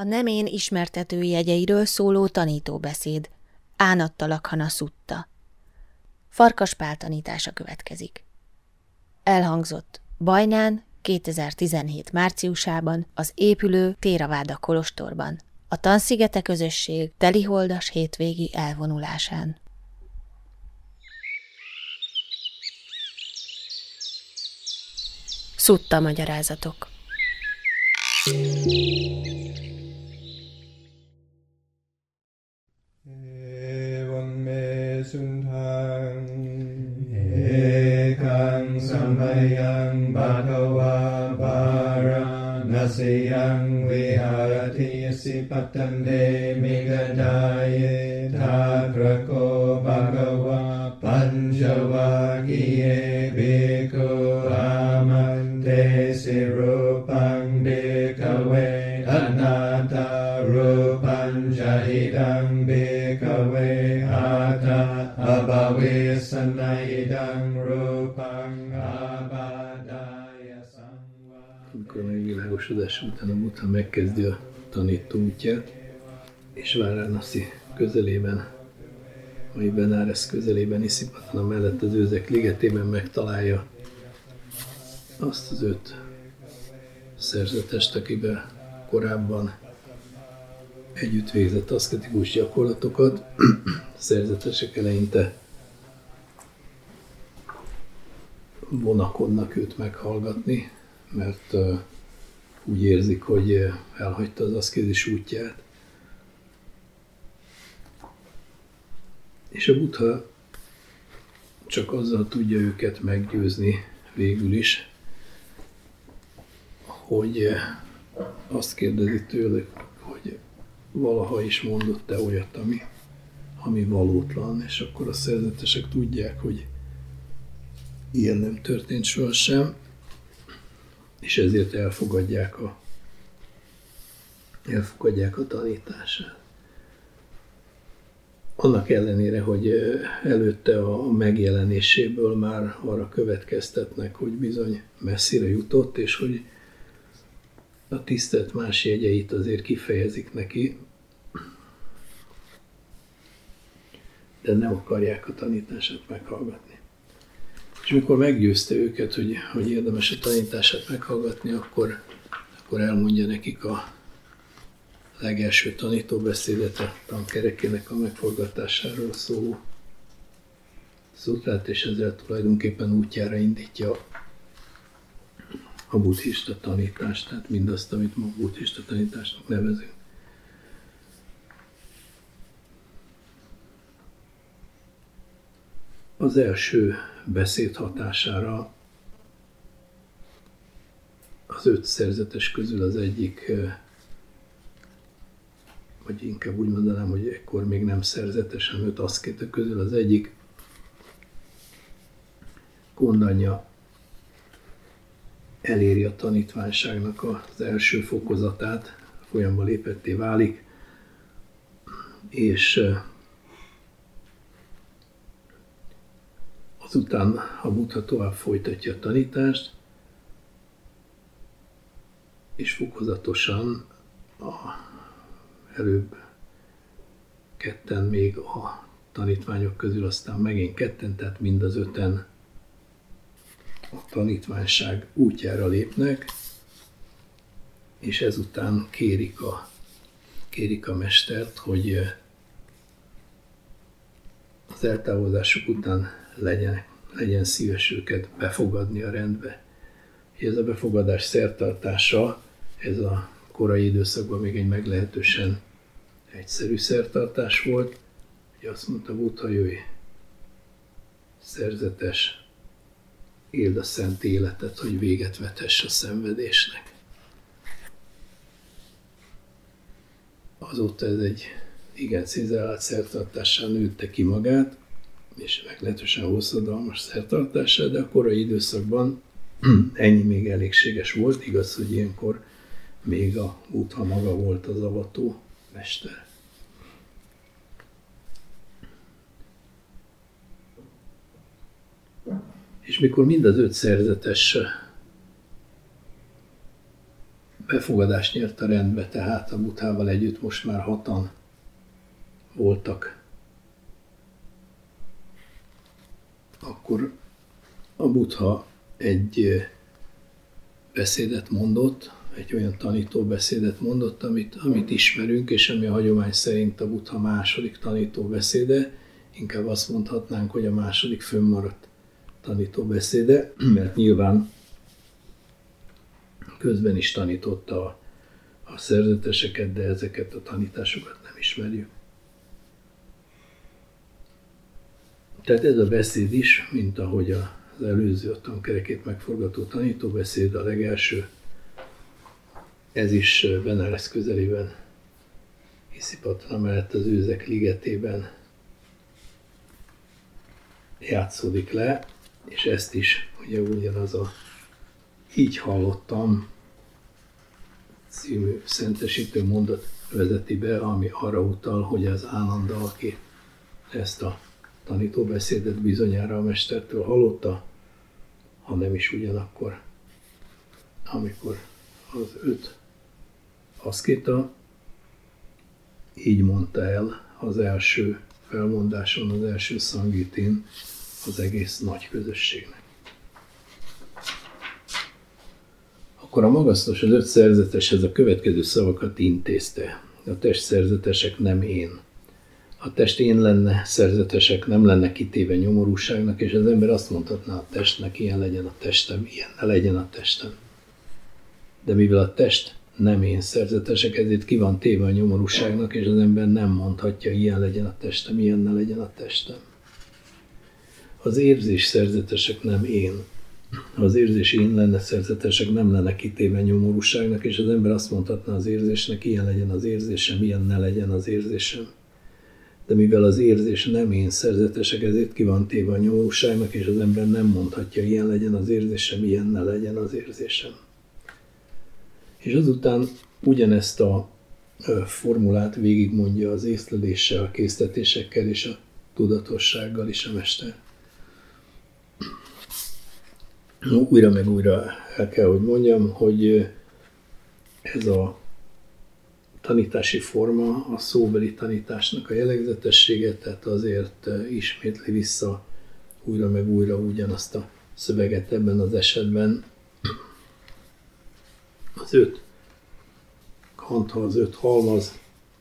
A nemén ismertető jegyeiről szóló tanítóbeszéd. Ánatta Lakhana szutta. Farkas Pál tanítása következik. Elhangzott Bajnán 2017 márciusában az épülő Théraváda kolostorban, a Tanszigete közösség teliholdas hétvégi elvonulásán. Szutta magyarázatok. Ekang samayang bhagava varanasiyang viharati sipatande megadaye thakrako bhagava panchavakiye bhikkhu amante sirupang bhikkhave anatta rupang jahidang bhikkhave atta abhavesannaidang rupang abadaya samva. Amikor megvilágosodás után a Buddha megkezdi a tanító útját, és Varanasi közelében, mai Benares közelében, Isipatana mellett az Őzek ligetében megtalálja azt az 5 szerzetest, akivel korábban együtt végzett aszketikus gyakorlatokat. Szerzetesek eleinte vonakodnak őt meghallgatni, mert úgy érzik, hogy elhagyta az aszkézis útját. És a Buddha csak azzal tudja őket meggyőzni végül is, hogy azt kérdezi tőlük, hogy valaha is mondott-e olyat, ami valótlan, és akkor a szerzetesek tudják, hogy ilyen nem történt sohasem, és ezért elfogadják a tanítását. Annak ellenére, hogy előtte a megjelenéséből már arra következtetnek, hogy bizony messzire jutott, és hogy a tisztelt más jegyeit azért kifejezik neki, de nem akarják a tanítását meghallgatni. És mikor meggyőzte őket, hogy érdemes a tanítását meghallgatni, akkor elmondja nekik a legelső tanítóbeszédet, a tankerekének a megforgatásáról szóló szutrát, és ezzel tulajdonképpen útjára indítja a buddhista tanítást, tehát mindazt, amit ma buddhista tanításnak nevezünk. Az első beszéd hatására az 5 szerzetes közül az egyik, vagy inkább úgy mondanám, hogy ekkor még nem szerzetes, hanem 5 aszkéta közül az egyik, Kondanya eléri a tanítványságnak az első fokozatát, folyamba lépetté válik, és azután a Buddha tovább folytatja a tanítást, és fokozatosan előbb ketten még a tanítványok közül, aztán megint ketten, tehát mind az 5-en a tanítványság útjára lépnek, és ezután kérik a mestert, hogy az eltávozásuk után legyen szíves őket befogadni a rendbe. Ez a befogadás szertartása, ez a korai időszakban még egy meglehetősen egyszerű szertartás volt. Ugye azt mondta Buddha, jöjj, szerzetes, éld a szent életet, hogy véget vethess a szenvedésnek. Azóta ez egy igen cizellált szertartással nőtte ki magát, és meglehetősen hosszadalmas szertartással, de a korai időszakban ennyi még elégséges volt. Igaz, hogy ilyenkor még a Buddha maga volt az avató mester. És mikor mind az 5 szerzetes befogadást nyert a rendbe, tehát a Buddhával együtt most már 6-an voltak. Akkor a Buddha egy beszédet mondott, egy olyan tanítóbeszédet mondott, amit ismerünk, és ami a hagyomány szerint a Buddha második tanítóbeszéde, inkább azt mondhatnánk, hogy a második fönnmaradt tanítóbeszéde, mert nyilván közben is tanította a szerzeteseket, de ezeket a tanításokat nem ismerjük. Tehát ez a beszéd is, mint ahogy az előző, a tankerekét megforgató tanítóbeszéd, a legelső, ez is Benares közelében, Isipatana mellett az Őzek ligetében játszódik le, és ezt is ugye ugyanaz a Így hallottam című szentesítő mondat vezeti be, ami arra utal, hogy az Ánanda, aki ezt a tanítóbeszédet bizonyára a mestertől hallotta, ha nem is ugyanakkor, amikor az 5 aszkéta így mondta el az első felmondáson, az első szangítén az egész nagy közösségnek. Akkor a magasztos az 5 szerzeteshez a következő szavakat intézte. A test szerzetesek nem én. Ha test én lenne, szerzetesek nem lenne kitéve nyomorúságnak, és az ember azt mondhatná a testnek, ilyen legyen a testem, ilyen ne legyen a testem. De mivel a test nem én, szerzetesek, ezért ki van téve a nyomorúságnak, és az ember nem mondhatja, ilyen legyen a testem, ilyen ne legyen a testem. Az érzés szerzetesek nem én. Ha az érzés én lenne, szerzetesek nem lenne kitéve nyomorúságnak, és az ember azt mondhatná az érzésnek, ilyen legyen az érzésem, ilyen ne legyen az érzésem. De mivel az érzés nem én, szerzetesek, ezért ki van téve a nyomorúságnak, és az ember nem mondhatja, ilyen legyen az érzésem, ilyen ne legyen az érzésem. És azután ugyanezt a formulát végigmondja az észleléssel, a késztetésekkel és a tudatossággal is a mester. Újra meg újra el kell, hogy mondjam, hogy ez a tanítási forma a szóbeli tanításnak a jellegzetessége, tehát azért ismétli vissza újra meg újra ugyanazt a szöveget ebben az esetben. Az 5 kantha, az 5 halmaz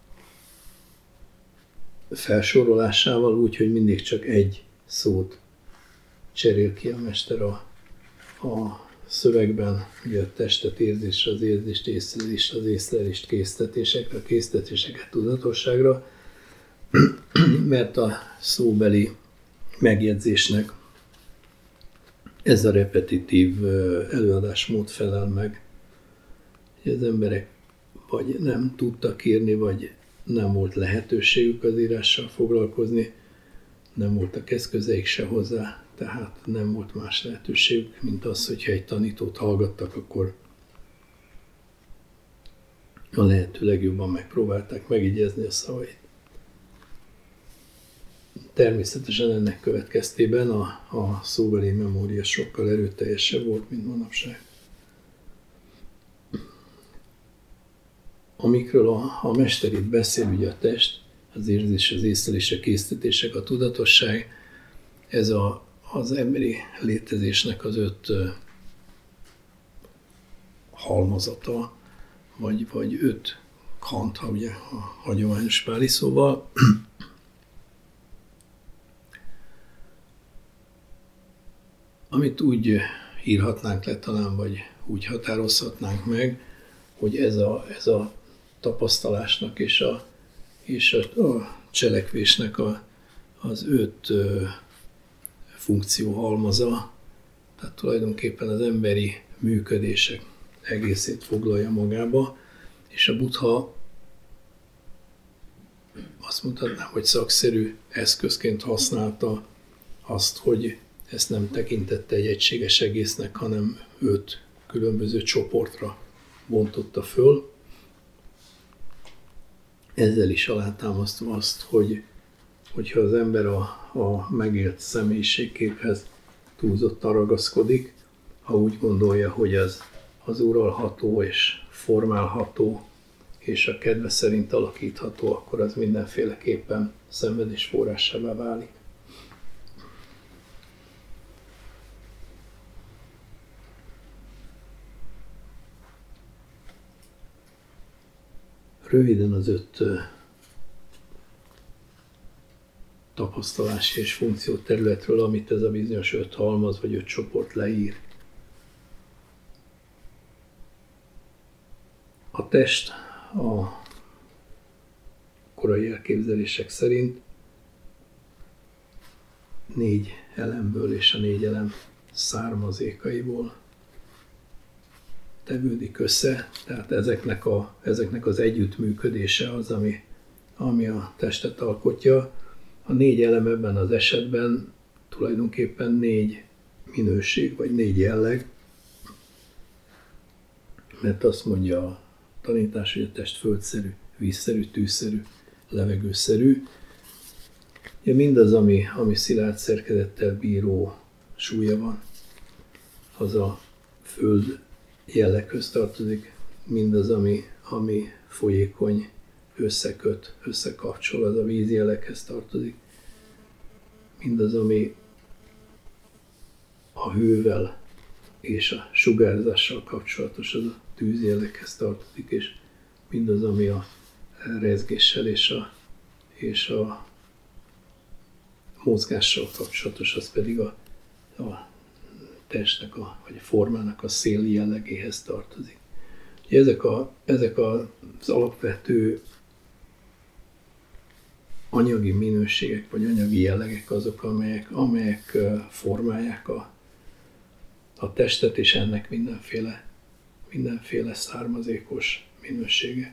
felsorolásával úgy, hogy mindig csak egy szót cserél ki a mester a szövegben, ugye a testet érzésre, az érzést észlelésre, az észlelést késztetésekre, a késztetéseket tudatosságra, mert a szóbeli megjegyzésnek ez a repetitív előadásmód felel meg, hogy az emberek vagy nem tudtak írni, vagy nem volt lehetőségük az írással foglalkozni, nem voltak eszközeik se hozzá, tehát nem volt más lehetőségük, mint az, hogyha egy tanítót hallgattak, akkor a lehető legjobban megpróbálták megigyezni a szavait. Természetesen ennek következtében a szóbeli memória sokkal erőteljesebb volt, mint manapság. Amikről a mester itt beszél, ugye a test, az érzés, az észlelés, a késztetések, a tudatosság, ez az emberi létezésnek az 5 halmazata, vagy 5 kantha, ugye a hagyományos páli szóval. Amit úgy írhatnánk le talán, vagy úgy határozhatnánk meg, hogy ez a tapasztalásnak és a cselekvésnek az 5 funkció halmaza, tehát tulajdonképpen az emberi működések egészét foglalja magába, és a Buddha azt mondhatnám, hogy szakszerű eszközként használta azt, hogy ezt nem tekintette egy egységes egésznek, hanem 5 különböző csoportra bontotta föl. Ezzel is alátámasztva azt, hogyha az ember a megélt személyiségképhez túlzottan ragaszkodik, ha úgy gondolja, hogy az uralható és formálható, és a kedve szerint alakítható, akkor az mindenféleképpen szenvedés forrásává válik. Röviden az 5 tapasztalási és funkció területről, amit ez a bizonyos 5 halmaz vagy 5 csoport leír. A test a korai elképzelések szerint 4 elemből és a 4 elem származékaiból tevődik össze, tehát ezeknek az együttműködése az, ami a testet alkotja. A 4 elem ebben az esetben tulajdonképpen 4 minőség, vagy 4 jelleg, mert azt mondja a tanítás, hogy a test földszerű, vízszerű, tűzszerű, levegőszerű. Ugye mindaz, ami szilárd szerkezettel bíró súlya van, az a föld jelleghöz tartozik, mindaz, ami folyékony, összeköt, összekapcsol, az a víz jelleghez tartozik. Mindaz, ami a hővel és a sugárzással kapcsolatos, az a tűz jelleghez tartozik, és mindaz, ami a rezgéssel és a mozgással kapcsolatos, az pedig a testnek, vagy a formának a széli jellegéhez tartozik. Ezek az alapvető anyagi minőségek, vagy anyagi jellegek azok, amelyek formálják a testet, és ennek mindenféle származékos minősége.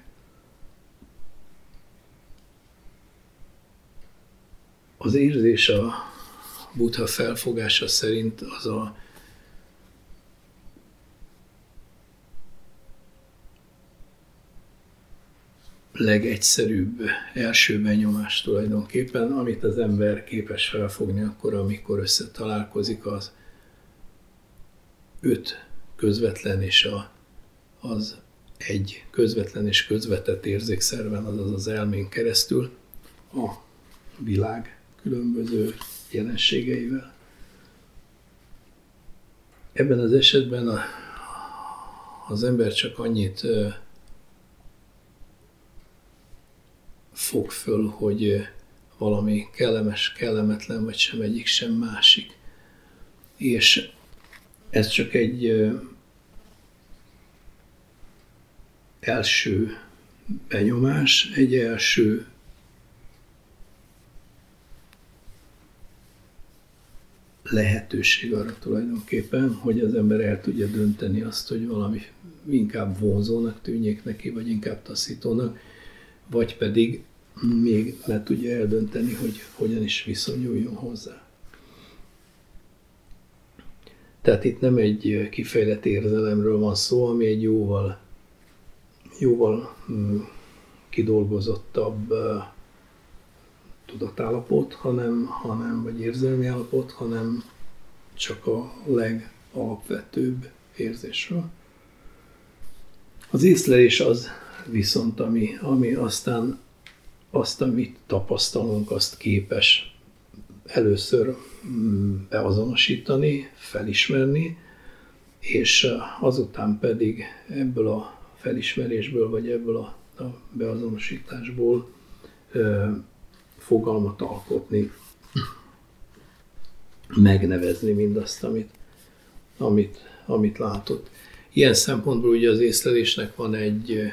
Az érzés a Buddha felfogása szerint az a legegyszerűbb első benyomás tulajdonképpen, amit az ember képes felfogni akkor, amikor összetalálkozik az 5 közvetlen és az 1 közvetlen és közvetett érzékszerven, azaz az elmén keresztül a világ különböző jelenségeivel. Ebben az esetben az ember csak annyit fog föl, hogy valami kellemes, kellemetlen, vagy sem egyik, sem másik. És ez csak egy első benyomás, egy első lehetőség arra tulajdonképpen, hogy az ember el tudja dönteni azt, hogy valami inkább vonzónak tűnjék neki, vagy inkább taszítónak, vagy pedig még le tudja eldönteni, hogy hogyan is viszonyuljon hozzá. Tehát itt nem egy kifejlett érzelemről van szó, ami egy jóval kidolgozottabb tudatállapot, vagy érzelmi állapot, hanem csak a legalapvetőbb érzésről. Az észlelés az viszont, ami aztán azt, amit tapasztalunk, azt képes először beazonosítani, felismerni, és azután pedig ebből a felismerésből, vagy ebből a beazonosításból fogalmat alkotni, megnevezni mindazt, amit látott. Ilyen szempontból ugye az észlelésnek van egy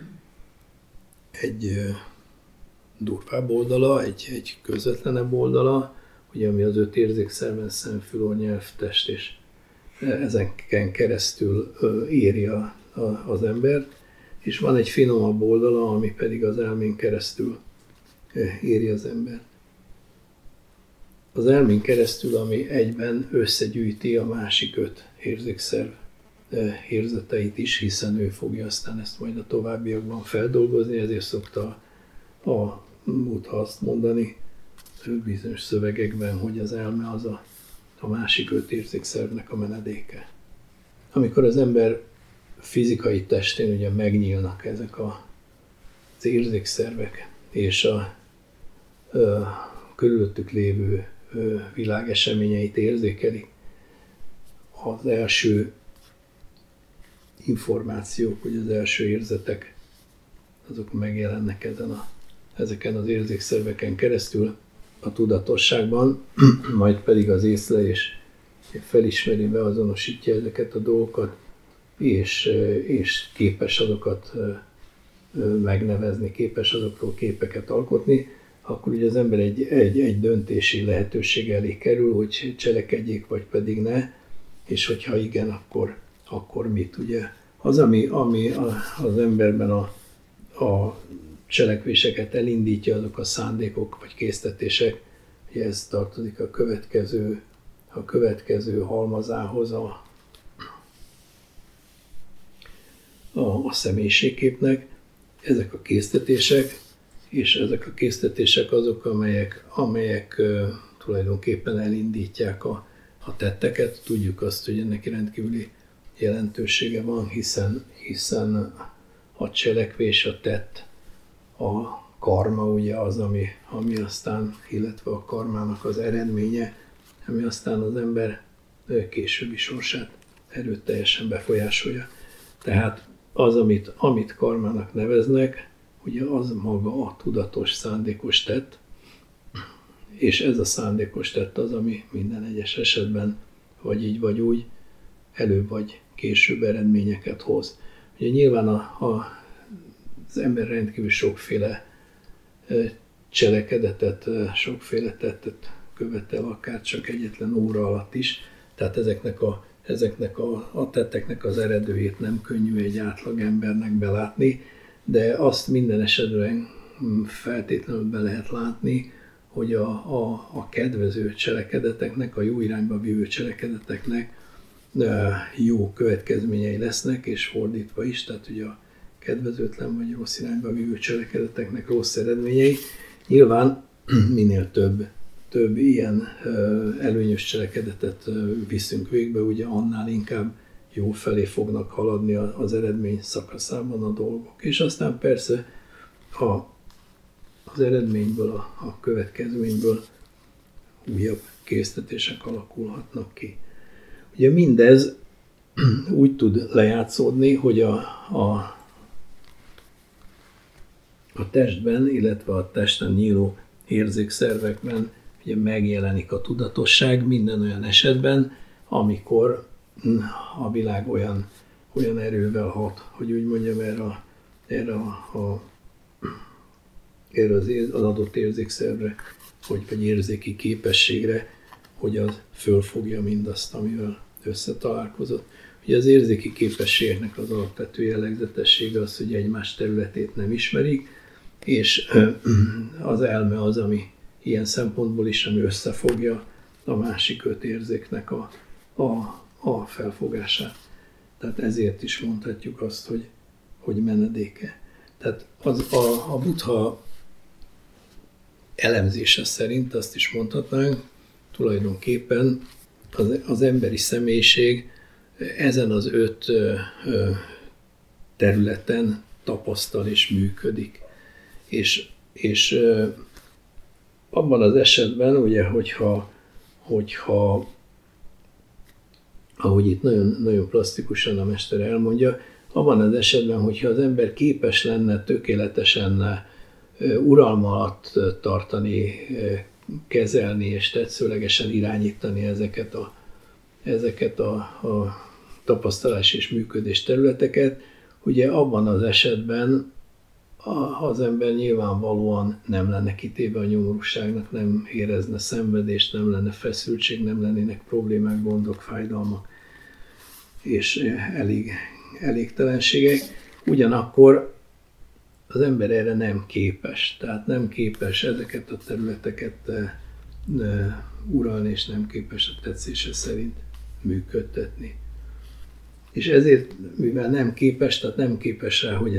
durvább oldala, egy közvetlenebb oldala, ugye, ami az 5 érzékszerven, szem, fül, orr, nyelv, test, és ezeken keresztül éri az embert, és van egy finomabb oldala, ami pedig az elmén keresztül éri az embert. Az elmén keresztül, ami egyben összegyűjti a másik 5 érzékszerv érzeteit is, hiszen ő fogja aztán ezt majd a továbbiakban feldolgozni, ezért szokta a Buddha azt mondani bizonyos szövegekben, hogy az elme az a másik 5 érzékszervnek a menedéke. Amikor az ember fizikai testén ugye megnyílnak ezek az érzékszervek, és a körülöttük lévő világ eseményeit érzékelik. Az első információk, vagy az első érzetek, azok megjelennek ezeken az érzékszerveken keresztül a tudatosságban, majd pedig az észlelés felismeri, beazonosítja ezeket a dolgokat, és képes azokat megnevezni, képes azokról képeket alkotni, akkor ugye az ember egy döntési lehetőség elé kerül, hogy cselekedjék, vagy pedig ne, és hogyha igen, akkor mit, ugye? Az, ami az emberben a cselekvéseket elindítja, azok a szándékok vagy késztetések, ugye ez tartozik a következő halmazához, a személyiségképnek. Ezek a késztetések, és ezek a késztetések azok, amelyek tulajdonképpen elindítják a tetteket. Tudjuk azt, hogy ennek rendkívüli jelentősége van, hiszen a cselekvés, a tett, a karma ugye az, ami aztán, illetve a karmának az eredménye, ami aztán az ember későbbi sorsát erőteljesen befolyásolja. Tehát az, amit karmának neveznek, ugye az maga a tudatos, szándékos tett, és ez a szándékos tett az, ami minden egyes esetben, vagy így, vagy úgy, előbb vagy később eredményeket hoz. Ugye nyilván az ember rendkívül sokféle cselekedetet, sokféle tettet követel, akár csak egyetlen óra alatt is, tehát ezeknek a tetteknek az eredőjét nem könnyű egy átlag embernek belátni, de azt minden esetben feltétlenül be lehet látni, hogy a kedvező cselekedeteknek, a jó irányba vívő cselekedeteknek jó következményei lesznek, és fordítva is, tehát ugye a kedvezőtlen vagy rossz irányba vívő cselekedeteknek rossz eredményei. Nyilván minél több ilyen előnyös cselekedetet viszünk végbe, ugye annál inkább jó felé fognak haladni az eredmény szakaszában a dolgok. És aztán persze az eredményből, a következményből újabb késztetések alakulhatnak ki. Ugye mindez úgy tud lejátszódni, hogy a testben, illetve a testen nyíló érzékszervekben ugye megjelenik a tudatosság minden olyan esetben, amikor a világ olyan erővel hat, hogy úgy mondjam, erre az adott érzékszervre, vagy érzéki képességre, hogy az fölfogja mindazt, amivel összetalálkozott. Ugye az érzéki képességnek az alapvető jellegzetessége az, hogy egymás területét nem ismerik, és az elme az, ami ilyen szempontból is, ami összefogja a másik 5 érzéknek a felfogását. Tehát ezért is mondhatjuk azt, hogy menedéke. Tehát a Buddha elemzése szerint azt is mondhatnánk, tulajdonképpen az emberi személyiség ezen az 5 területen tapasztal és működik. És abban az esetben, ugye, hogyha ahogy itt nagyon, nagyon plastikusan a mester elmondja, abban az esetben, hogyha az ember képes lenne tökéletesen uralma alatt tartani, kezelni és tetszőlegesen irányítani ezeket a tapasztalás és működés területeket, ugye abban az esetben az ember nyilvánvalóan nem lenne kitéve a nyomorúságnak, nem érezne szenvedést, nem lenne feszültség, nem lennének problémák, gondok, fájdalmak és elégtelenségek. Ugyanakkor az ember erre nem képes, tehát nem képes ezeket a területeket uralni, és nem képes a tetszése szerint működtetni. És ezért, mivel nem képes, tehát nem képes rá, hogy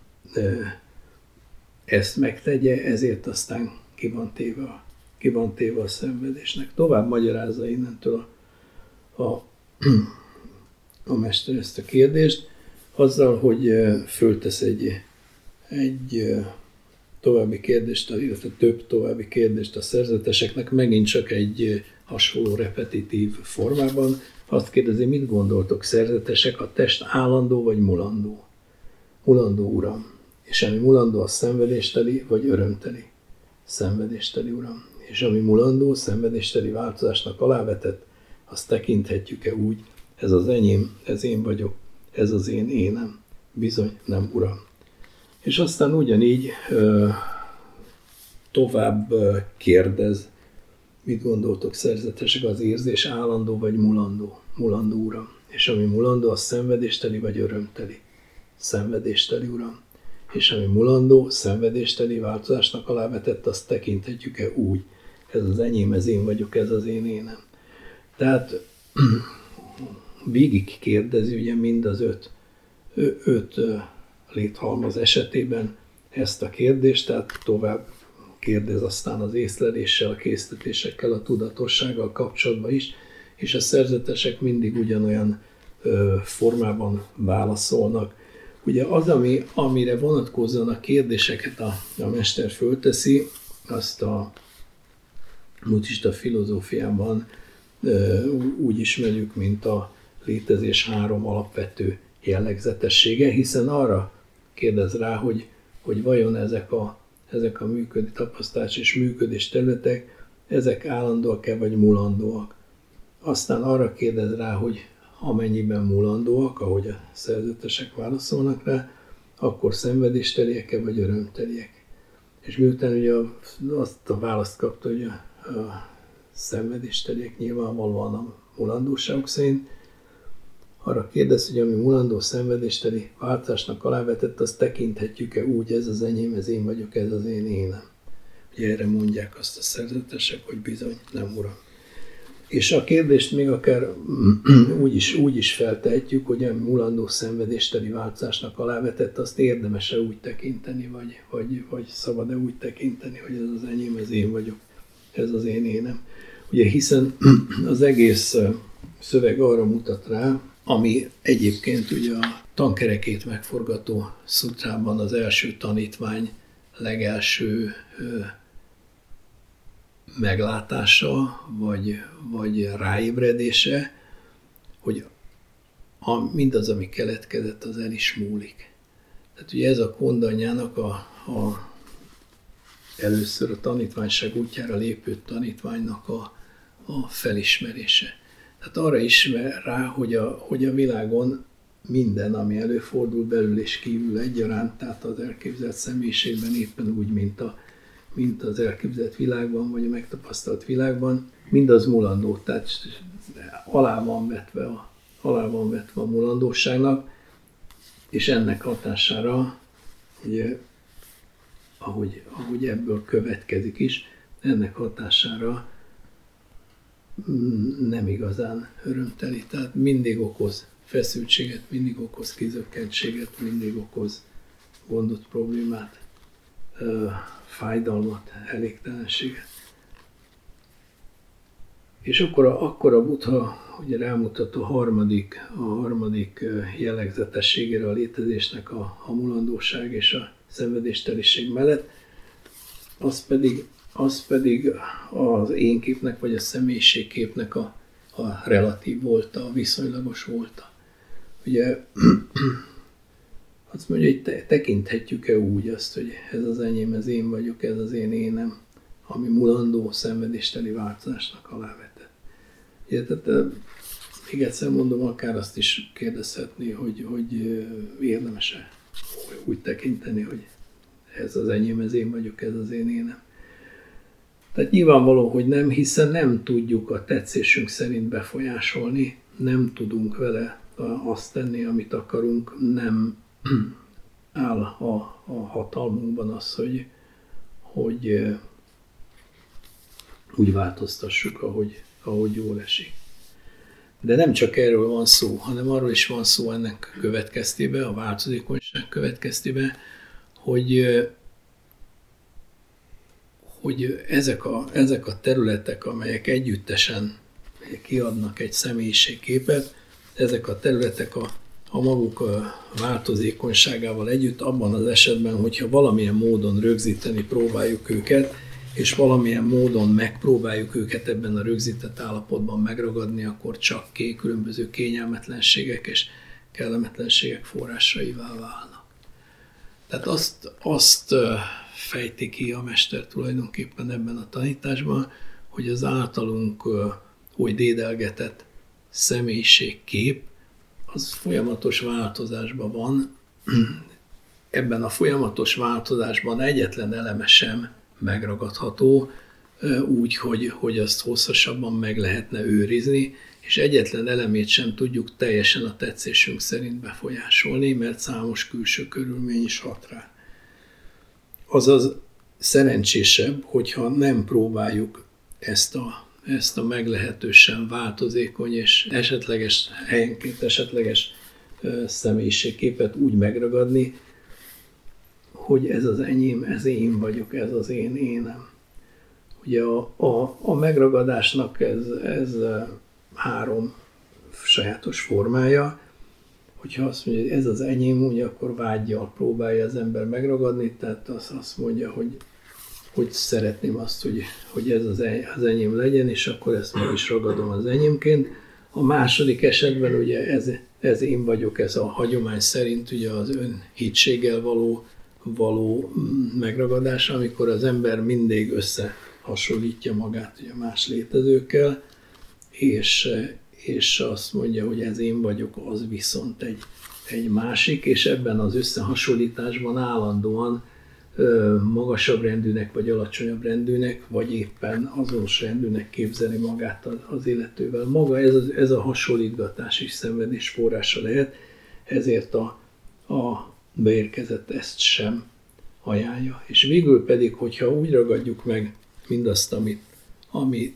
ezt megtegye, ezért aztán ki van téve a szenvedésnek. Tovább magyarázza innentől a mester ezt a kérdést. Azzal, hogy föltesz egy további kérdést, illetve több további kérdést a szerzeteseknek, megint csak egy hasonló repetitív formában. Azt kérdezi, mit gondoltok, szerzetesek, a test állandó vagy mulandó? Mulandó, uram. És ami mulandó, az szenvedésteli vagy örömteli? Szenvedésteli, uram. És ami mulandó, szenvedésteli változásnak alávetett, azt tekinthetjük-e úgy, ez az enyém, ez én vagyok, ez az én énem? Bizony, nem, uram. És aztán ugyanígy tovább kérdez, mit gondoltok, szerzetesek, az érzés állandó vagy mulandó? Mulandó, uram. És ami mulandó, az szenvedésteli vagy örömteli? Szenvedésteli, uram. És ami mulandó, szenvedésteli változásnak alávetett, azt tekinthetjük-e úgy, ez az enyém, ez én vagyok, ez az én énem? Tehát végig kérdezi ugye mind az öt léthalmaz esetében ezt a kérdést, tehát tovább kérdez aztán az észleléssel, a késztetésekkel, a tudatossággal kapcsolatban is, és a szerzetesek mindig ugyanolyan formában válaszolnak. Ugye az, amire vonatkozóan a kérdéseket a mester fölteszi, azt a buddhista filozófiában úgy ismerjük, mint a létezés 3 alapvető jellegzetessége, hiszen arra kérdez rá, hogy vajon ezek a működés, tapasztalás és működés területek, ezek állandóak-e vagy mulandóak. Aztán arra kérdez rá, hogy amennyiben mulandóak, ahogy a szerzetesek válaszolnak rá, akkor szenvedésteliek-e vagy örömteliek. És miután ugye azt a választ kapta, hogy a szenvedésteliek nyilvánvalóan a mulandóságok szerint, arra kérdez, hogy ami mulandó, szenvedésteli változásnak alávetett, azt tekinthetjük-e úgy, ez az enyém, ez én vagyok, ez az én énem. Ugye erre mondják azt a szerzetesek, hogy bizony, nem, uram. És a kérdést még akár úgy is feltehetjük, hogy ami mulandó, szenvedésteli változásnak alávetett, azt érdemes-e úgy tekinteni, vagy szabad-e úgy tekinteni, hogy ez az enyém, ez én vagyok, ez az én énem. Ugye hiszen az egész szöveg arra mutat rá, ami egyébként ugye a tankerekét megforgató szutrában az első tanítvány legelső meglátása, vagy ráébredése, hogy mindaz, ami keletkezett, az el is múlik. Tehát ugye ez a Kondanyának először a tanítványság útjára lépő tanítványnak a felismerése. Tehát arra ismer rá, hogy a világon minden, ami előfordul belül és kívül egyaránt, tehát az elképzelt személyiségben éppen úgy, mint az elképzelt világban, vagy a megtapasztalt világban, mindaz mulandó, tehát alá van vetve a mulandóságnak, és ennek hatására, ugye, ahogy ebből következik is, ennek hatására nem igazán örömteli, tehát mindig okoz feszültséget, mindig okoz kizökkentséget, mindig okoz gondot, problémát, fájdalmat, elégtelenséget. És akkor a Buddha ugye rámutat a harmadik jellegzetességére a létezésnek a mulandóság és a szenvedésteliség mellett, az pedig az énképnek vagy a személyiségképnek a relatív volta, a viszonylagos volta. Ugye azt mondja, hogy tekinthetjük-e úgy azt, hogy ez az enyém, ez én vagyok, ez az én énem, ami mulandó, szenvedésteli változásnak alávetett. Ugye, tehát még egyszer mondom, akár azt is kérdezhetné, hogy érdemes-e úgy tekinteni, hogy ez az enyém, ez én vagyok, ez az én énem. Tehát nyilvánvaló, hogy nem, hiszen nem tudjuk a tetszésünk szerint befolyásolni, nem tudunk vele azt tenni, amit akarunk, nem áll a hatalmunkban az, hogy úgy változtassuk, ahogy jól esik. De nem csak erről van szó, hanem arról is van szó ennek következtében, a változékonyság következtében, hogy ezek a területek, amelyek együttesen kiadnak egy személyiségképet, ezek a területek a maguk változékonyságával együtt, abban az esetben, hogyha valamilyen módon rögzíteni próbáljuk őket, és valamilyen módon megpróbáljuk őket ebben a rögzített állapotban megragadni, akkor csak különböző kényelmetlenségek és kellemetlenségek forrásaivá válnak. Tehát azt fejti ki a mester tulajdonképpen ebben a tanításban, hogy az általunk oly dédelgetett személyiségkép, az folyamatos változásban van. Ebben a folyamatos változásban egyetlen eleme sem megragadható, úgy, hogy azt hosszasabban meg lehetne őrizni, és egyetlen elemét sem tudjuk teljesen a tetszésünk szerint befolyásolni, mert számos külső körülmény is hat rá. Azaz szerencsésebb, hogyha nem próbáljuk ezt a meglehetősen változékony és helyenként esetleges személyiségképet úgy megragadni, hogy ez az enyém, ez én vagyok, ez az én énem. Ugye a megragadásnak ez 3 sajátos formája. Hogyha azt mondja, hogy ez az enyém, ugye akkor vággyal próbálja az ember megragadni, tehát azt mondja, hogy szeretném azt, hogy ez az enyém legyen, és akkor ezt meg is ragadom az enyémként. A második esetben ugye ez én vagyok, ez a hagyomány szerint ugye az önhitséggel való megragadás, amikor az ember mindig összehasonlítja magát ugye más létezőkkel, és azt mondja, hogy ez én vagyok, az viszont egy másik, és ebben az összehasonlításban állandóan magasabb rendűnek, vagy alacsonyabb rendűnek, vagy éppen azonos rendűnek képzeli magát az illetővel. Maga ez a hasonlítgatás is szenvedés forrása lehet, ezért a beérkezett ezt sem ajánlja. És végül pedig, hogyha úgy ragadjuk meg mindazt, ami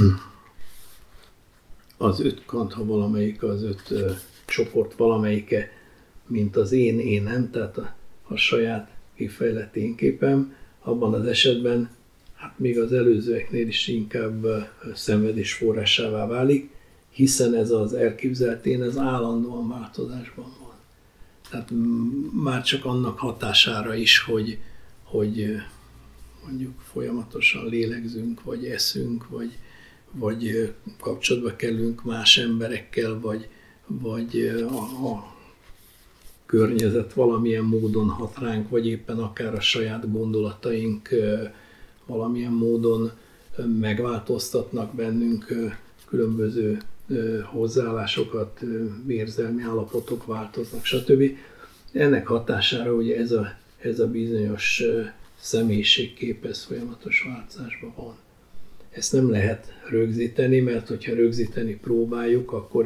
az 5 kantha valamelyik, az 5 csoport valamelyike, mint az énem, tehát a saját kifejlett énképem, abban az esetben, hát még az előzőeknél is inkább szenvedés forrásává válik, hiszen ez az elképzelt én, ez állandóan változásban van. Tehát már csak annak hatására is, hogy mondjuk folyamatosan lélegzünk, vagy eszünk, vagy kapcsolatba kerülünk más emberekkel, vagy a környezet valamilyen módon hat ránk, vagy éppen akár a saját gondolataink valamilyen módon megváltoztatnak bennünk különböző hozzáállásokat, érzelmi állapotok változnak, stb. Ennek hatására ugye ez a bizonyos személyiségkép, ez folyamatos változásban van. Ezt nem lehet rögzíteni, mert hogyha rögzíteni próbáljuk, akkor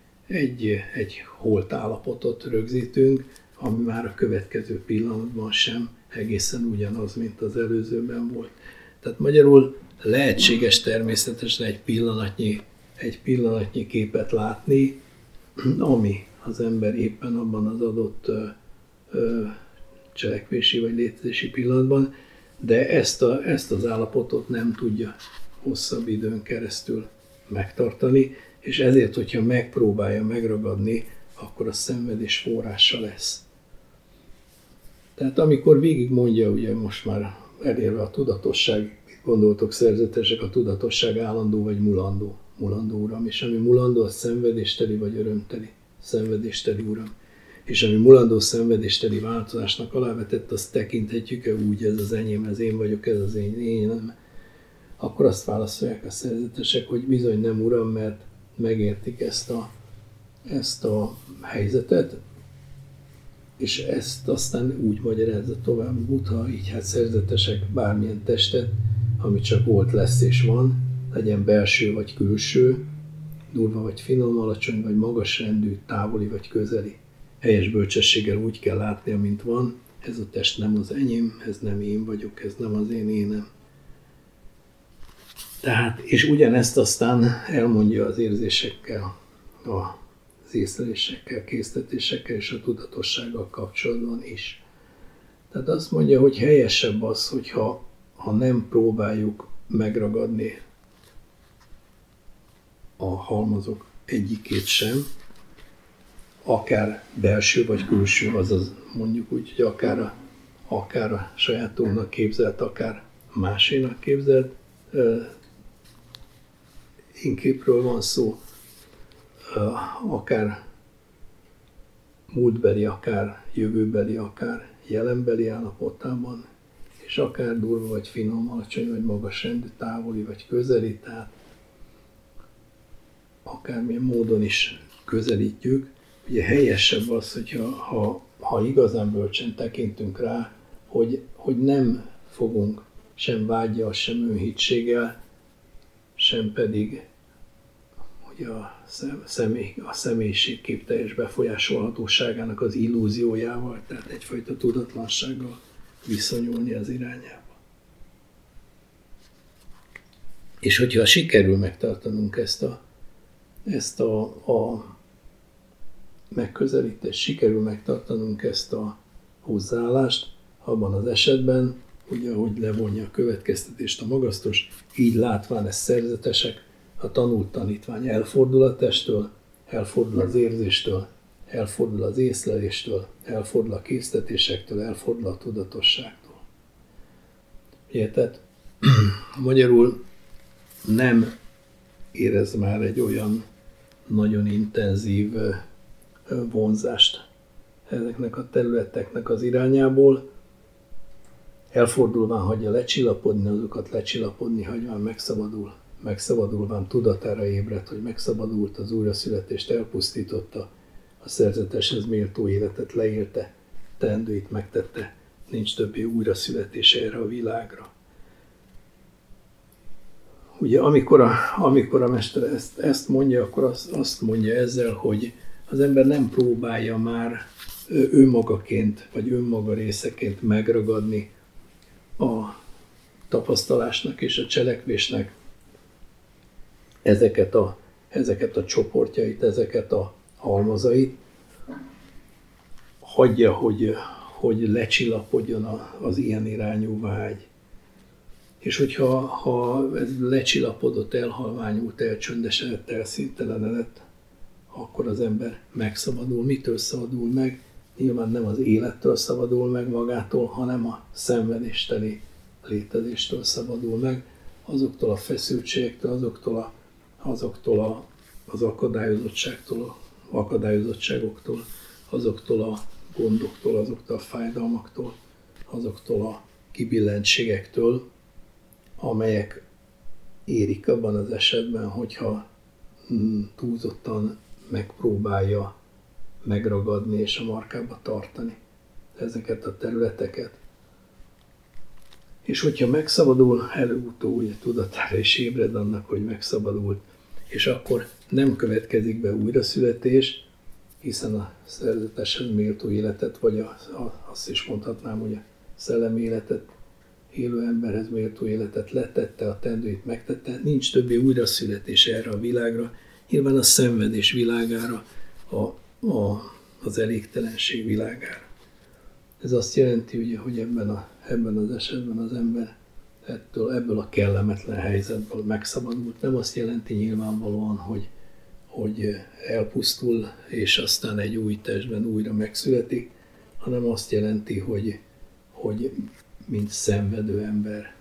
egy holt állapotot rögzítünk, ami már a következő pillanatban sem egészen ugyanaz, mint az előzőben volt. Tehát magyarul lehetséges természetesen egy pillanatnyi képet látni, ami az ember éppen abban az adott cselekvési vagy létezési pillanatban, de ezt az állapotot nem tudja hosszabb időn keresztül megtartani, és ezért, hogyha megpróbálja megragadni, akkor a szenvedés forrása lesz. Tehát amikor végig mondja, ugye most már elérve a tudatosság, mit gondoltok szerzetesek, a tudatosság állandó vagy mulandó? Mulandó, Uram, és ami mulandó, az szenvedésteli vagy örömteli? Szenvedésteli, Uram. És ami mulandó szenvedésteli változásnak alávetett, azt tekinthetjük-e úgy, ez az enyém, ez én vagyok, ez az én, akkor azt válaszolják a szerzetesek, hogy bizony nem, Uram, mert megértik ezt a helyzetet, és ezt aztán úgy magyarázza tovább Buddha, így hát szerzetesek bármilyen testet, ami csak volt, lesz és van, legyen belső vagy külső, durva vagy finom, alacsony vagy magas rendű, távoli vagy közeli. Helyes bölcsességgel úgy kell látnia, mint van, ez a test nem az enyém, ez nem én vagyok, ez nem az én énem. Tehát, és ugyanezt aztán elmondja az érzésekkel, az észlelésekkel, késztetésekkel és a tudatossággal kapcsolatban is. Tehát azt mondja, hogy helyesebb az, hogyha nem próbáljuk megragadni a halmazok egyikét sem, akár belső vagy külső, azaz mondjuk úgy, hogy akár a sajátunknak képzelt, akár másénak képzelt énképről van szó, akár múltbeli, akár jövőbeli, akár jelenbeli állapotában, és akár durva vagy finom, alacsony vagy magas rendű, távoli vagy közeli, tehát akármilyen módon is közelítjük. Ugye helyesebb az, hogyha ha igazán bölcsen tekintünk rá, hogy nem fogunk sem vággyal, sem önhitséggel, sem pedig hogy a személyiségképteljes befolyásolhatóságának az illúziójával, tehát egyfajta tudatlansággal viszonyulni az irányába. És hogyha sikerül megtartanunk ezt a megközelítést, sikerül megtartanunk ezt a hozzáállást, abban az esetben, ugye, hogy levonja a következtetést a magasztos, így látván ezt szerzetesek, a tanult tanítvány elfordul a testtől, elfordul az érzéstől, elfordul az észleléstől, elfordul a késztetésektől, elfordul a tudatosságtól. Ugye, tehát magyarul nem érez már egy olyan nagyon intenzív vonzást ezeknek a területeknek az irányából, elfordulván hagyja lecsillapodni, azokat lecsillapodni hagyván megszabadulván tudatára ébredt, hogy megszabadult, az újraszületést elpusztította, a szerzeteshez méltó életet leélte, teendőit megtette, nincs többé újraszületése erre a világra. Ugye amikor a mester ezt mondja, akkor azt mondja ezzel, hogy az ember nem próbálja már önmagaként, vagy önmaga részeként megragadni a tapasztalásnak és a cselekvésnek ezeket a csoportjait, ezeket a halmazait, hagyja, hogy lecsillapodjon az ilyen irányú vágy. És hogyha ez lecsillapodott, elhalványult, elcsöndesedett, elszíntelenedett, akkor az ember megszabadul. Mitől szabadul meg? Nyilván nem az élettől szabadul meg magától, hanem a szenvedésteli létezéstől szabadul meg, azoktól a feszültségektől, azoktól az akadályozottságoktól, azoktól a gondoktól, azoktól a fájdalmaktól, azoktól a kibillentségektől, amelyek érik abban az esetben, hogyha túlzottan megpróbálja megragadni és a markába tartani ezeket a területeket. És hogyha megszabadul, előbb-utóbb ugye tudatára is ébred annak, hogy megszabadult, és akkor nem következik be újraszületés, hiszen a szerzeteshez méltó életet, vagy azt is mondhatnám, hogy a szellemi életet, élő emberhez méltó életet letette, a teendőit megtette, nincs többé újraszületés erre a világra, nyilván a szenvedés világára, az elégtelenség világára. Ez azt jelenti, ugye, hogy ebben az esetben az ember ebből a kellemetlen helyzetből megszabadult. Nem azt jelenti nyilvánvalóan, hogy elpusztul, és aztán egy új testben újra megszületik, hanem azt jelenti, hogy mint szenvedő ember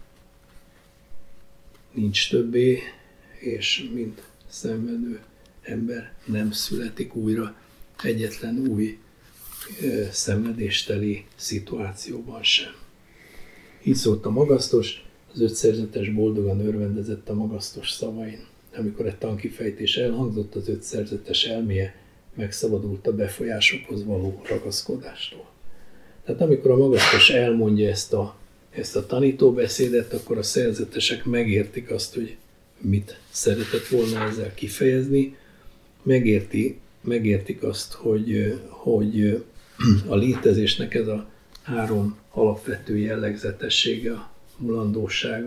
nincs többé, és mint szenvedő ember nem születik újra egyetlen új szenvedésteli szituációban sem. Így szólt a magasztos, az 5 szerzetes boldogan örvendezett a magasztos szavain. Amikor egy tankifejtés elhangzott, az 5 szerzetes elméje megszabadult a befolyásokhoz való ragaszkodástól. Tehát amikor a magasztos elmondja ezt a tanítóbeszédet, akkor a szerzetesek megértik azt, hogy mit szeretett volna ezzel kifejezni, megértik azt, hogy a létezésnek ez a 3 alapvető jellegzetessége, a mulandósága,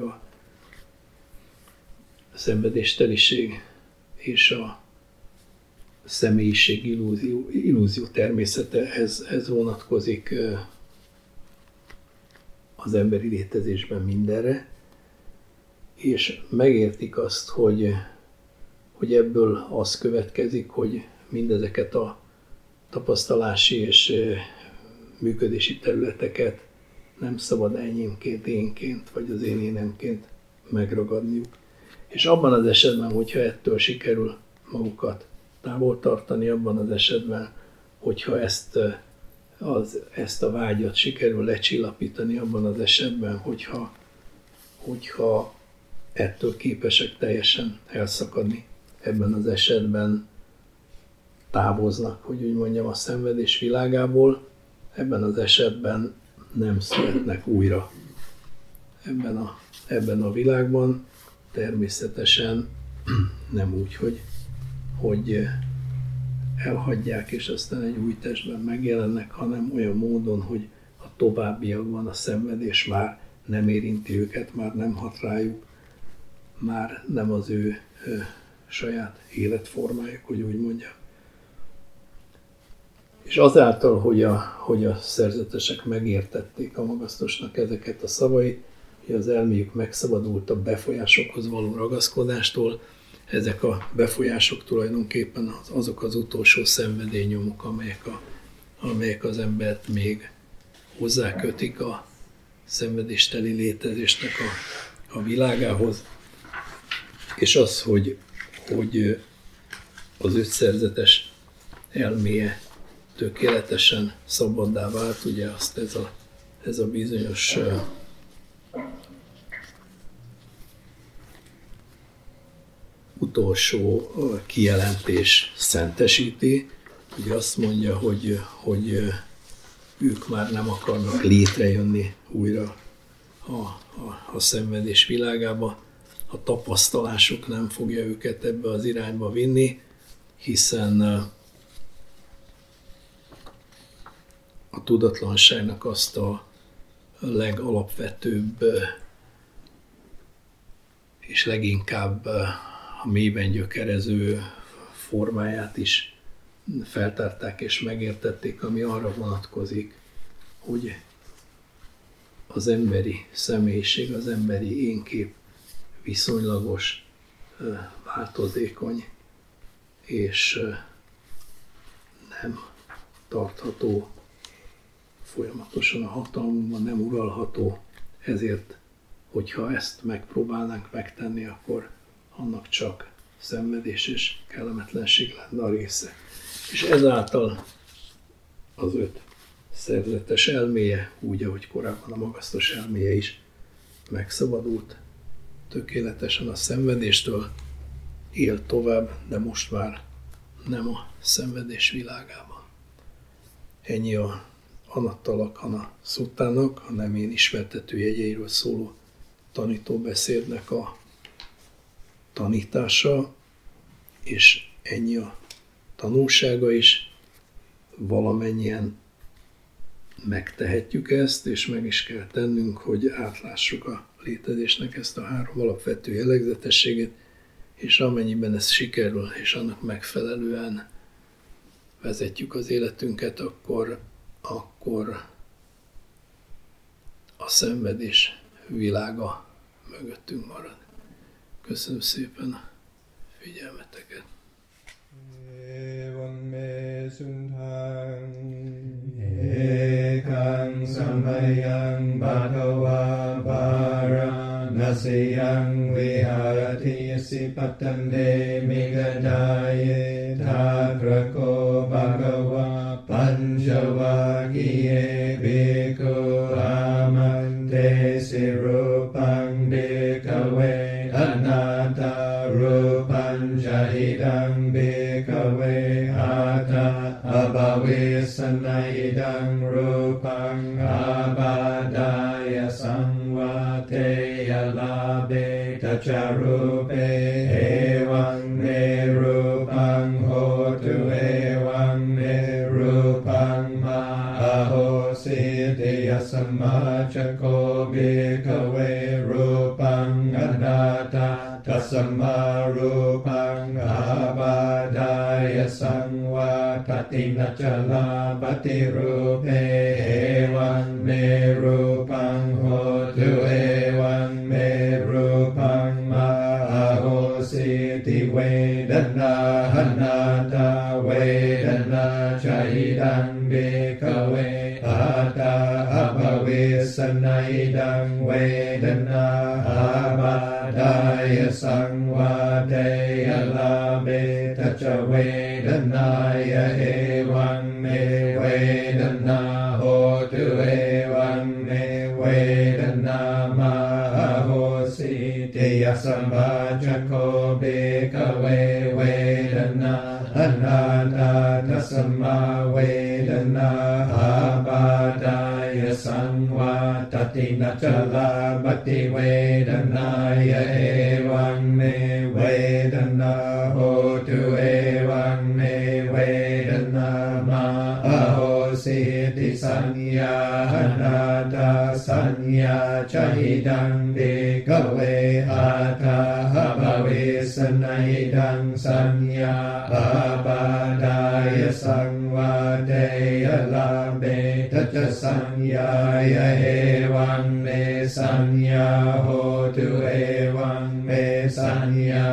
a szenvedésteliség és a személyiség illúzió természete, ez vonatkozik az emberi létezésben mindenre, és megértik azt, hogy ebből az következik, hogy mindezeket a tapasztalási és működési területeket nem szabad enyémként, énként, vagy az én énemként megragadniuk. És abban az esetben, hogyha ettől sikerül magukat távol tartani, abban az esetben, hogyha ezt a vágyat sikerül lecsillapítani, abban az esetben, hogyha ettől képesek teljesen elszakadni, ebben az esetben távoznak, hogy úgy mondjam, a szenvedés világából, ebben az esetben nem születnek újra ebben a világban, természetesen nem úgy, hogy elhagyják, és aztán egy új testben megjelennek, hanem olyan módon, hogy a továbbiakban a szenvedés már nem érinti őket, már nem hat rájuk, már nem az ő saját életformájuk, hogy úgy mondjam. És azáltal, hogy a szerzetesek megértették a magasztosnak ezeket a szavait, hogy az elméjük megszabadult a befolyásokhoz való ragaszkodástól, ezek a befolyások tulajdonképpen azok az utolsó szenvedélynyomok, amelyek az embert még hozzákötik a szenvedésteli létezésnek a világához. És az, hogy az ötszerzetes elméje tökéletesen szabaddá vált, ugye azt ez a bizonyos utolsó kijelentés szentesíti. Ugye azt mondja, hogy ők már nem akarnak létrejönni újra a szenvedés világába. A tapasztalásuk nem fogja őket ebbe az irányba vinni, hiszen a tudatlanságnak azt a legalapvetőbb és leginkább a mélyben gyökerező formáját is feltárták és megértették, ami arra vonatkozik, hogy az emberi személyiség, az emberi énkép viszonylagos, változékony, és nem tartható folyamatosan a hatalmunkban, nem uralható, ezért, hogyha ezt megpróbálnánk megtenni, akkor annak csak szenvedés és kellemetlenség lenne a része. És ezáltal az öt szerzetes elméje, úgy, ahogy korábban a magasztos elméje is megszabadult tökéletesen a szenvedéstől, él tovább, de most már nem a szenvedés világában. Ennyi a Anatta Lakkhana szuttának, a nem én ismertető jegyeiről szóló tanítóbeszédnek a tanítása, és ennyi a tanulsága is. Valamennyien megtehetjük ezt, és meg is kell tennünk, hogy átlássuk a létezésnek ezt a három alapvető jellegzetességét, és amennyiben ez sikerül, és annak megfelelően vezetjük az életünket, akkor a szenvedés világa mögöttünk marad. Köszönöm szépen a figyelmeteket. Evam me sunthang ekang samayang bhagava varanasiyang viharati sipatande migadaye thakrako bhagava panchavagiye bhikkhu amante sirupang dekave anatta rupang jahidang bhikkhave ata abhavesanayidang rupang abadaya samvateya labhe tacharupe evam me rupang hotu evam me rupang mahositiya samachako bhikkhave rupang anatta tasamarupang abadaya sangvatati nachala bhati rupe evam me rupang hotu evam me rupang mahositi vedana anatta vedana chayita idang vedana abadaya sangvadeya labe tacha vedanaya evang me vedana hotu evang me vedana mahosi teya sambhajako bhikkhave vedana ananda tasama vedana abadaya sangvatati nachala bhati vedanaya evang me vedana hotu evang me vedana mahosi ti sanya ananda sanya chahidang bhikkhave ataha bhavesanayidang sanya abadaya sangvadeya labe tacha sanyaya evang me sanya hotu evang me sanya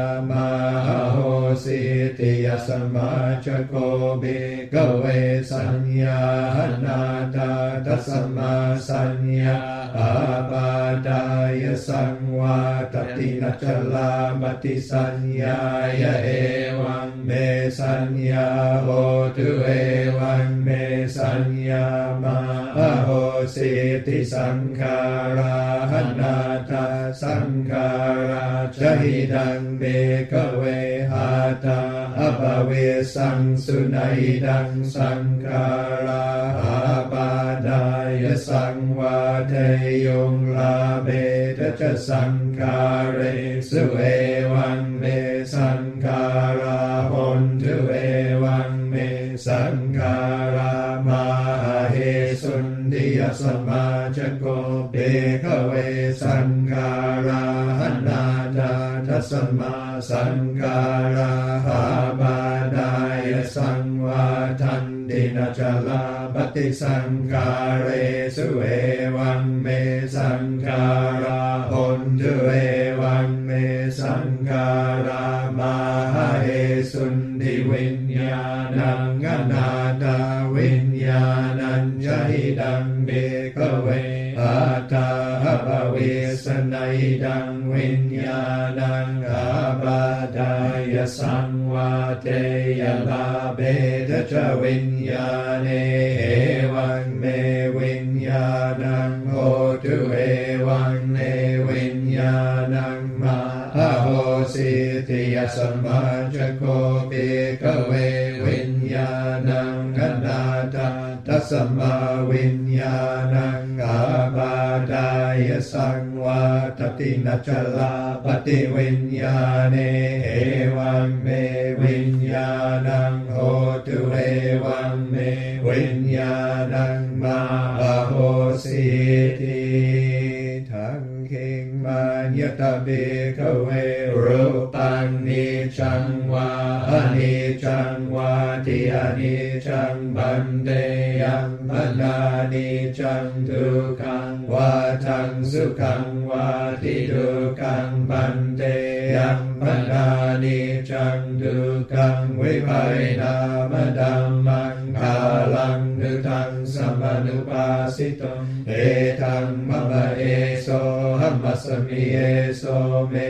mahosi tiya samachako bhikkhave sanya ananda tasama sanya abadaya sangvatati nachala bhati sanyaya evang me sanya hotu evang me sanya mahosi ti sankhara anatta sankhara chahidang bhikkhave hata abhavesang sunaidang sankhara abadaya sangvateyong labe tacha sankhare su evang me sankhara hontu evang me sankhara mahe sundiya samajako bhikkhave sankhara anatta tasama sankhara abadaya sangvatandi nachala bhati sankhare su evang me sankhara hontu evang me sankhara mahe sundi vinyanang anatta vinyanang chahidang bhikkhave ataha bhavesanayidang vinyanang abadaya sangvadeya labe tacha vinyane evang me vinyanang hotu evang me vinyanang mahosi tiya samajako bhikkhave vinyanang anatta tasama vinyanang abadaya sangvatati nachala bhati vinyane evang me vinyanang hotu evang me vinyanang mahosi ti thang khing manyata bhikkhave rupang niccang va aniccaṃ va ti aniccaṃ bhante yam aniccaṃ dukkhaṃ va taṃ sukhaṃ va ti dukkhaṃ bhante yam aniccaṃ dukkhaṃ viparinama dhammam kalaṃ nuttaṃ samanupasitam etaṃ mama eso hammasami eso me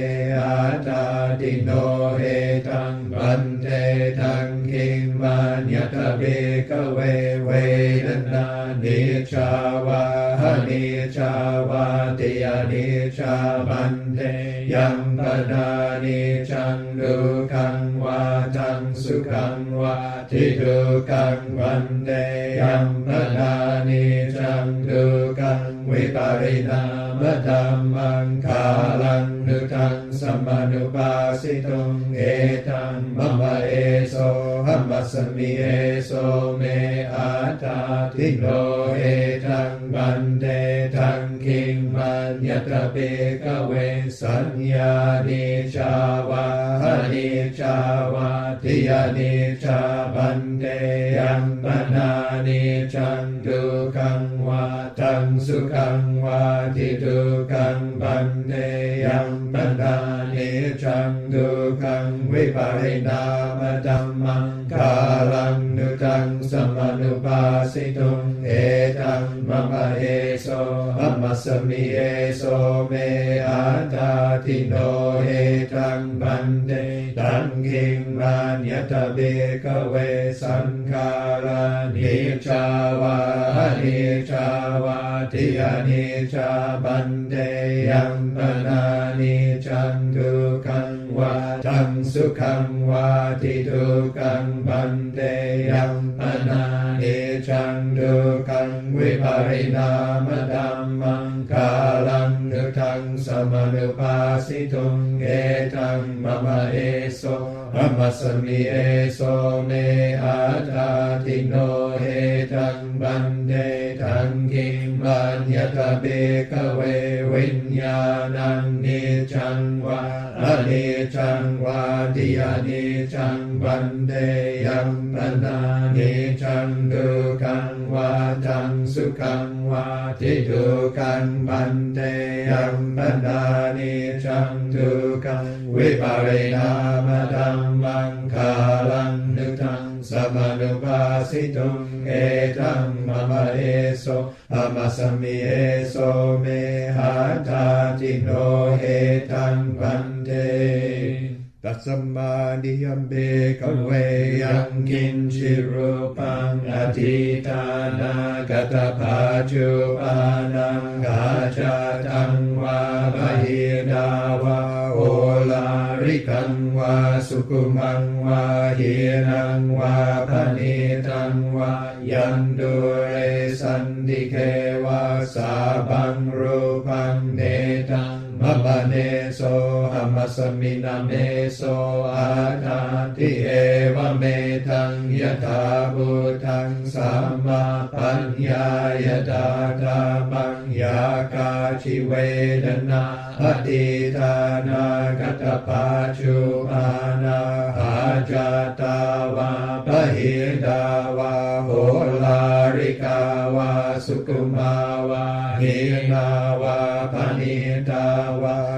atadino etaṃ bhante taṃ kiṃ manyata bhikkhave vedana nicca va anicca va ti anicca bhante yam aniccaṃ dukkhaṃ va taṃ sukhaṃ va ti dukkhaṃ bhante yam aniccaṃ dukkhaṃ viparinama dhammam kalaṃ nuttaṃ samanupasitam etaṃ mama eso hammasami eso me atadino etaṃ bhante taṃ kiṃ manyata bhikkhave sanyanicca va anicca va ti anicca bhante yam aniccaṃ dukkhaṃ va taṃ sukhaṃ va ti dukkhaṃ bhante yam aniccaṃ dukkhaṃ viparinama dhammam kalaṃ nuttaṃ samanupasitam etaṃ mama eso Amasami eso me atatino hetang bande Tangking manyata bhikkhave sankhara Nichawa nichawa tiya nicha bande Yampana nichang dukkang wa tang sukhang wa tidukkang bande Yampana nichang dukkang viparinama dhammang kalang nutang samanupasitung etang mama eso amasami eso me atatino etang bande tangking manyata bhikkhave vinyanang nichang wa anicang wa diyanicang bande yampana nicang dukkang wa tang sukhang wa tidukkang bande yampana nicang dukkang viparinama dhammang kalang nutang samanupasitung etang mama eso amasami eso me hatatino etang bande Tatsammadiyam bhikkhave yang kinchirupang atitana gatapajupanang gachatang va bahidava olarikang va sukumang va hirang va panitang va yandure sandike va sabang rupang netang Mabaneso hamasaminameso atati eva metang yata bhutang samapanyaya databang yakachi vedana aditana gatapachupana hajatava bahidava holarikava sukumava hinava panitava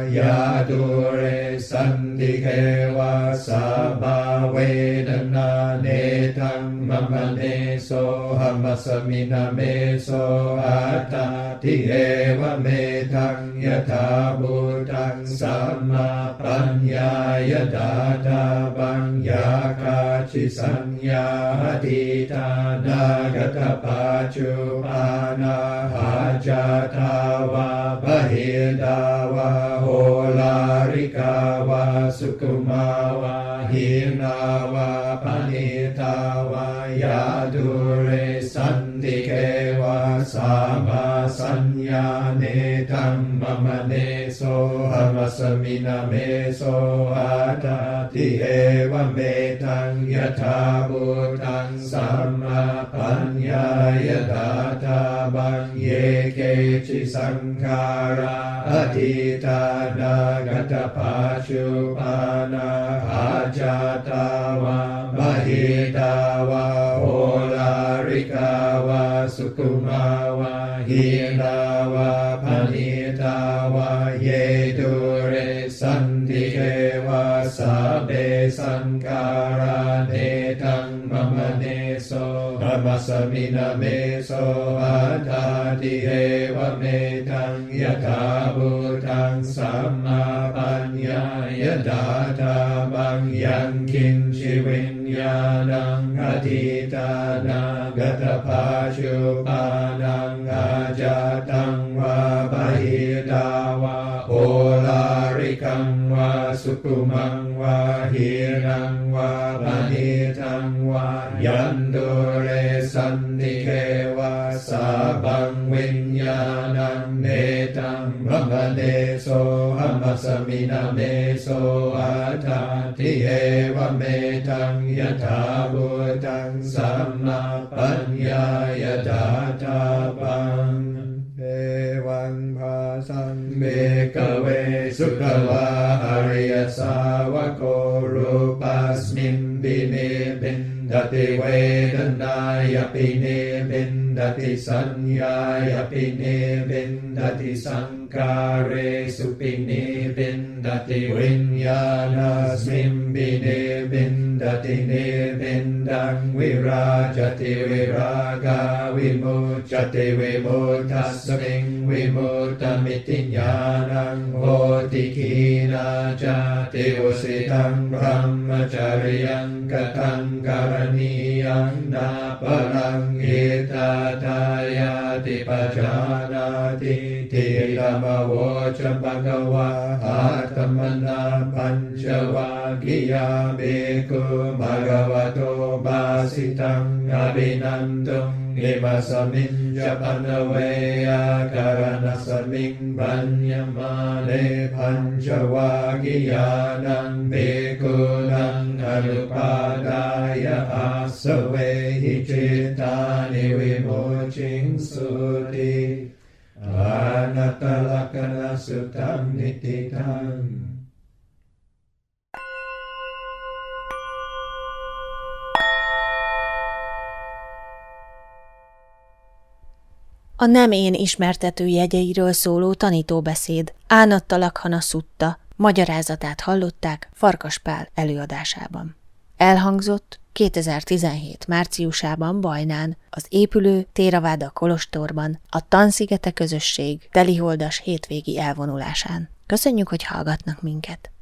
yadure sandikeva sabha vedana netang mamaneso hamasaminameso atati eva metang yata bhutang samapanyaya databang yakachi sanya aditana gatapachupana hajatava bahidava holarikava sukumava hinava panitava yadure sandikeva sabha sanya netang mamaneso hamasaminameso atati eva metang yata bhutang samapanyaya databang yekeci sankhara aditana gatapachupana hajatava bahidava holarikava sukumava hinava panitava yedure sandikeva sabbe sankhara netang mamaneso hamasaminameso atati eva metang yata bhutang samapanyaya databang yang kinchi vinyanang aditana gatapachupana ajatang va bahidava olarikang va sukumang va hirang va panitang va yandure sandikeva sabang vinyanang netang mamaneso hamasaminameso atati eva metang yata bhutang samapanyaya databang Evan bhasang bhikkhave sukhala ariya savako rupasmin binibindati vedanaya binibindati sanyaya binibindati sankare supinibindati vinyanasmin binibindati vindati nirvindang virajati viraga vimucchati vimuttasming vimuttamiti jnanang hoti kina jati usitang brahmacharyang katang karaniyang naparang itatayati pajanati tiramavocam bhagava atmana panchavagiya bhikkhu bhagavato basitang abhinantum imasamin japanaveya karanasaming banyamane panchavagiyanang bhikkhunang anupadaya asavehi citani vimucing suti anatalakana sutam nititang. A nem én ismertető jegyeiről szóló tanítóbeszéd Ánatta Lakhana Szutta magyarázatát hallották Farkas Pál előadásában. Elhangzott 2017 márciusában Bajnán, az épülő Theravada kolostorban, a Tanszigete közösség teliholdas hétvégi elvonulásán. Köszönjük, hogy hallgatnak minket!